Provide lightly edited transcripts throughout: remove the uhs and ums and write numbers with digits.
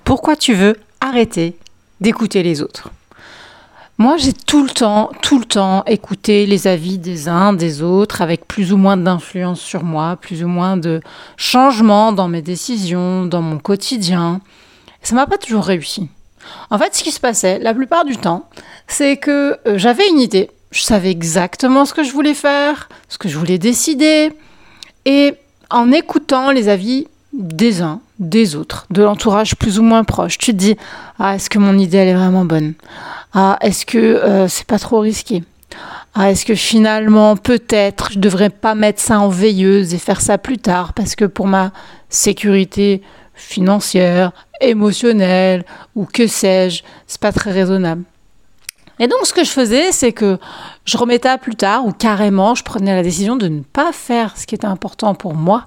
pourquoi tu veux arrêter d'écouter les autres. Moi, j'ai tout le temps écouté les avis des uns, des autres, avec plus ou moins d'influence sur moi, plus ou moins de changements dans mes décisions, dans mon quotidien. Ça m'a pas toujours réussi. En fait, ce qui se passait, la plupart du temps, c'est que j'avais une idée. Je savais exactement ce que je voulais faire, ce que je voulais décider. Et en écoutant les avis des uns, des autres, de l'entourage plus ou moins proche, tu te dis « Ah, est-ce que mon idée, elle est vraiment bonne ? Ah, est-ce que c'est pas trop risqué ? Ah, est-ce que finalement, peut-être, je devrais pas mettre ça en veilleuse et faire ça plus tard parce que pour ma sécurité financière, émotionnelle ou que sais-je, c'est pas très raisonnable. » Et donc, ce que je faisais, c'est que je remettais à plus tard ou carrément, je prenais la décision de ne pas faire ce qui était important pour moi.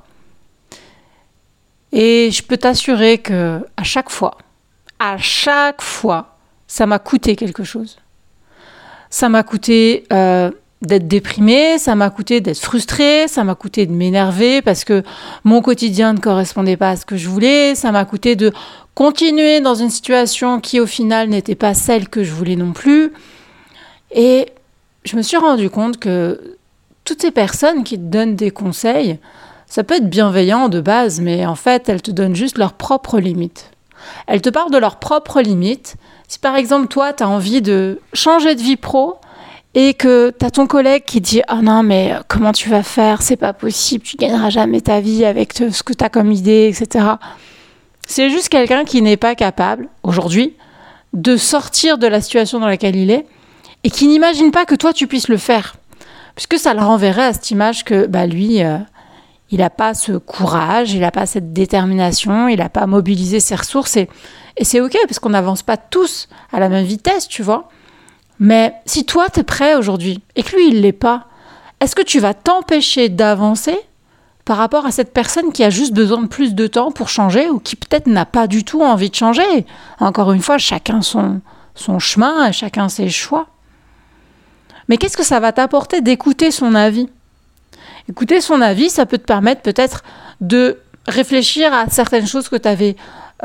Et je peux t'assurer que à chaque fois, ça m'a coûté quelque chose. Ça m'a coûté d'être déprimée, ça m'a coûté d'être frustrée, ça m'a coûté de m'énerver parce que mon quotidien ne correspondait pas à ce que je voulais, ça m'a coûté de continuer dans une situation qui au final n'était pas celle que je voulais non plus. Et je me suis rendu compte que toutes ces personnes qui te donnent des conseils, ça peut être bienveillant de base, mais en fait, elles te donnent juste leurs propres limites. Elles te parlent de leurs propres limites. Si par exemple, toi, tu as envie de changer de vie pro et que tu as ton collègue qui dit « Ah non, mais comment tu vas faire ? C'est pas possible, tu gagneras jamais ta vie avec ce que tu as comme idée, etc. » C'est juste quelqu'un qui n'est pas capable, aujourd'hui, de sortir de la situation dans laquelle il est et qui n'imagine pas que toi, tu puisses le faire. Puisque ça le renverrait à cette image que lui, il n'a pas ce courage, il n'a pas cette détermination, il n'a pas mobilisé ses ressources. Et c'est OK, parce qu'on n'avance pas tous à la même vitesse, tu vois. Mais si toi, tu es prêt aujourd'hui et que lui, il ne l'est pas, est-ce que tu vas t'empêcher d'avancer par rapport à cette personne qui a juste besoin de plus de temps pour changer ou qui peut-être n'a pas du tout envie de changer ? Encore une fois, chacun son chemin et chacun ses choix. Mais qu'est-ce que ça va t'apporter d'écouter son avis ? Écouter son avis, ça peut te permettre peut-être de réfléchir à certaines choses que tu n'avais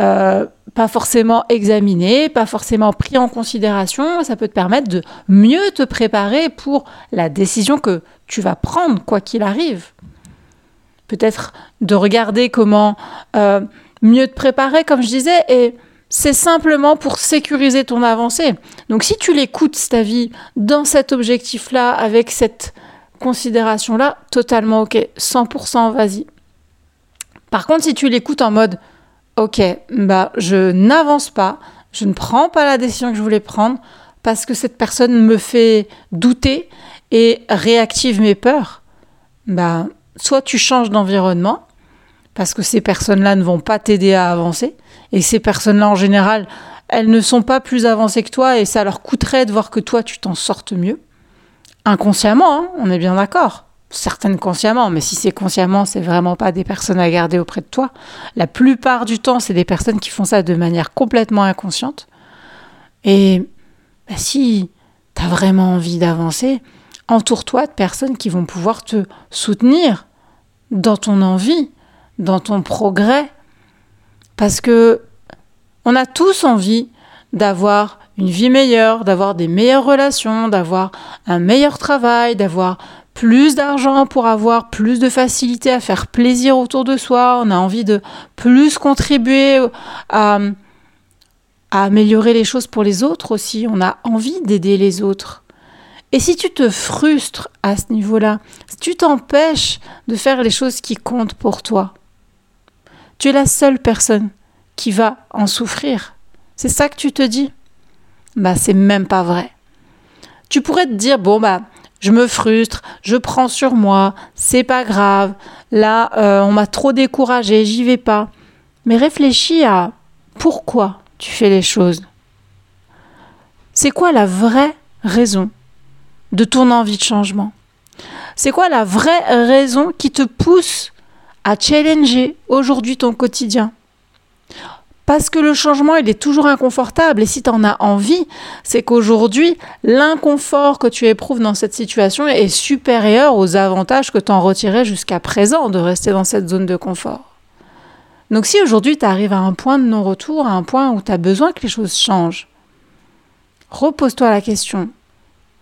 pas forcément examinées, pas forcément pris en considération. Ça peut te permettre de mieux te préparer pour la décision que tu vas prendre, quoi qu'il arrive. Peut-être de regarder comment mieux te préparer, comme je disais, et c'est simplement pour sécuriser ton avancée. Donc si tu l'écoutes, cet avis, dans cet objectif-là, avec cette considération-là, totalement OK, 100%, vas-y. Par contre, si tu l'écoutes en mode OK, je n'avance pas, je ne prends pas la décision que je voulais prendre parce que cette personne me fait douter et réactive mes peurs, soit tu changes d'environnement parce que ces personnes-là ne vont pas t'aider à avancer et ces personnes-là, en général, elles ne sont pas plus avancées que toi et ça leur coûterait de voir que toi, tu t'en sortes mieux. Inconsciemment, on est bien d'accord. Certaines consciemment, mais si c'est consciemment, c'est vraiment pas des personnes à garder auprès de toi. La plupart du temps, c'est des personnes qui font ça de manière complètement inconsciente. Et si tu as vraiment envie d'avancer, entoure-toi de personnes qui vont pouvoir te soutenir dans ton envie, dans ton progrès. Parce que on a tous envie d'avoir une vie meilleure, d'avoir des meilleures relations, d'avoir un meilleur travail, d'avoir plus d'argent pour avoir plus de facilité à faire plaisir autour de soi. On a envie de plus contribuer à améliorer les choses pour les autres aussi. On a envie d'aider les autres. Et si tu te frustres à ce niveau-là, si tu t'empêches de faire les choses qui comptent pour toi, tu es la seule personne qui va en souffrir. C'est ça que tu te dis ? C'est même pas vrai. Tu pourrais te dire, je me frustre, je prends sur moi, c'est pas grave, là, on m'a trop découragée, j'y vais pas. Mais réfléchis à pourquoi tu fais les choses. C'est quoi la vraie raison de ton envie de changement ? C'est quoi la vraie raison qui te pousse à challenger aujourd'hui ton quotidien ? Parce que le changement, il est toujours inconfortable. Et si tu en as envie, c'est qu'aujourd'hui, l'inconfort que tu éprouves dans cette situation est supérieur aux avantages que tu en retirais jusqu'à présent de rester dans cette zone de confort. Donc si aujourd'hui tu arrives à un point de non-retour, à un point où tu as besoin que les choses changent, repose-toi la question, pourquoi ?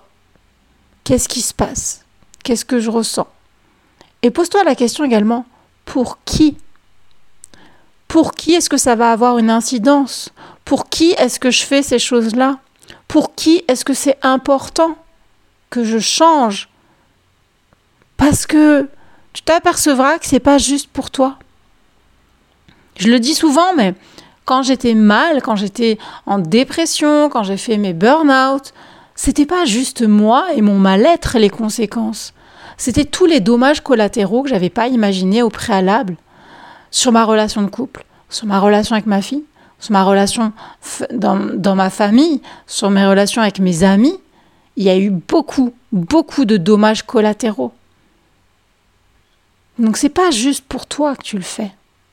Qu'est-ce qui se passe ? Qu'est-ce que je ressens ? Et pose-toi la question également, pour qui ? Pour qui est-ce que ça va avoir une incidence ? Pour qui est-ce que je fais ces choses-là ? Pour qui est-ce que c'est important que je change ? Parce que tu t'apercevras que c'est pas juste pour toi. Je le dis souvent, mais quand j'étais mal, quand j'étais en dépression, quand j'ai fait mes burn-out, c'était pas juste moi et mon mal-être les conséquences. C'était tous les dommages collatéraux que j'avais pas imaginés au préalable sur ma relation de couple, sur ma relation avec ma fille, sur ma relation dans ma famille, sur mes relations avec mes amis. Il y a eu beaucoup de dommages collatéraux. Donc c'est pas juste pour toi que tu le fais.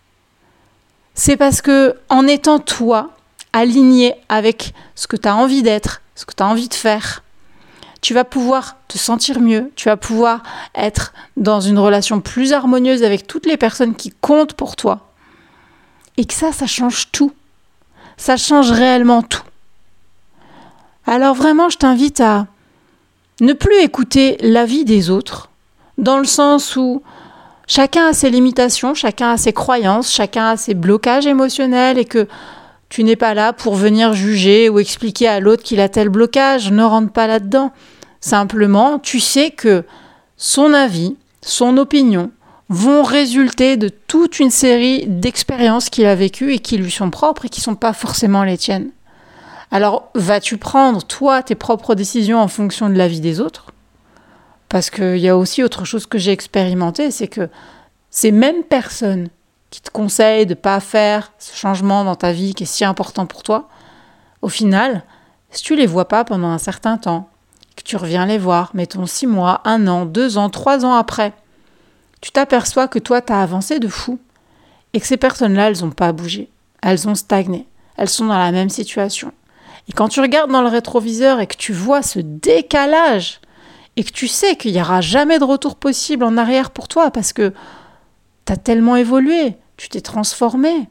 C'est parce que en étant toi, aligné avec ce que tu as envie d'être, ce que tu as envie de faire, tu vas pouvoir te sentir mieux, tu vas pouvoir être dans une relation plus harmonieuse avec toutes les personnes qui comptent pour toi. Et que ça change tout. Ça change réellement tout. Alors vraiment, je t'invite à ne plus écouter l'avis des autres, dans le sens où chacun a ses limitations, chacun a ses croyances, chacun a ses blocages émotionnels et que tu n'es pas là pour venir juger ou expliquer à l'autre qu'il a tel blocage. Ne rentre pas là-dedans. Simplement, tu sais que son avis, son opinion vont résulter de toute une série d'expériences qu'il a vécues et qui lui sont propres et qui ne sont pas forcément les tiennes. Alors, vas-tu prendre, toi, tes propres décisions en fonction de l'avis des autres ? Parce qu'il y a aussi autre chose que j'ai expérimenté, c'est que ces mêmes personnes qui te conseillent de ne pas faire ce changement dans ta vie qui est si important pour toi, au final, si tu ne les vois pas pendant un certain temps, que tu reviens les voir, mettons 6 mois, 1 an, 2 ans, 3 ans après, tu t'aperçois que toi, tu as avancé de fou et que ces personnes-là, elles n'ont pas bougé, elles ont stagné, elles sont dans la même situation. Et quand tu regardes dans le rétroviseur et que tu vois ce décalage et que tu sais qu'il n'y aura jamais de retour possible en arrière pour toi parce que tu as tellement évolué, tu t'es transformé.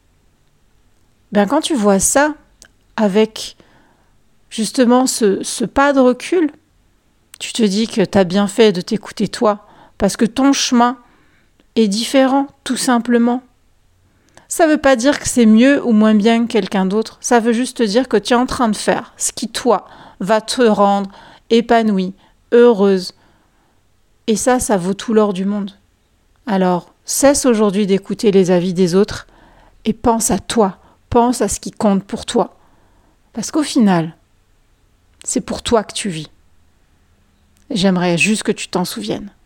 Ben quand tu vois ça avec justement ce pas de recul, tu te dis que tu as bien fait de t'écouter toi parce que ton chemin est différent, tout simplement. Ça ne veut pas dire que c'est mieux ou moins bien que quelqu'un d'autre. Ça veut juste te dire que tu es en train de faire ce qui, toi, va te rendre épanouie, heureuse. Et ça vaut tout l'or du monde. Alors, cesse aujourd'hui d'écouter les avis des autres et pense à toi. Pense à ce qui compte pour toi. Parce qu'au final, c'est pour toi que tu vis. J'aimerais juste que tu t'en souviennes.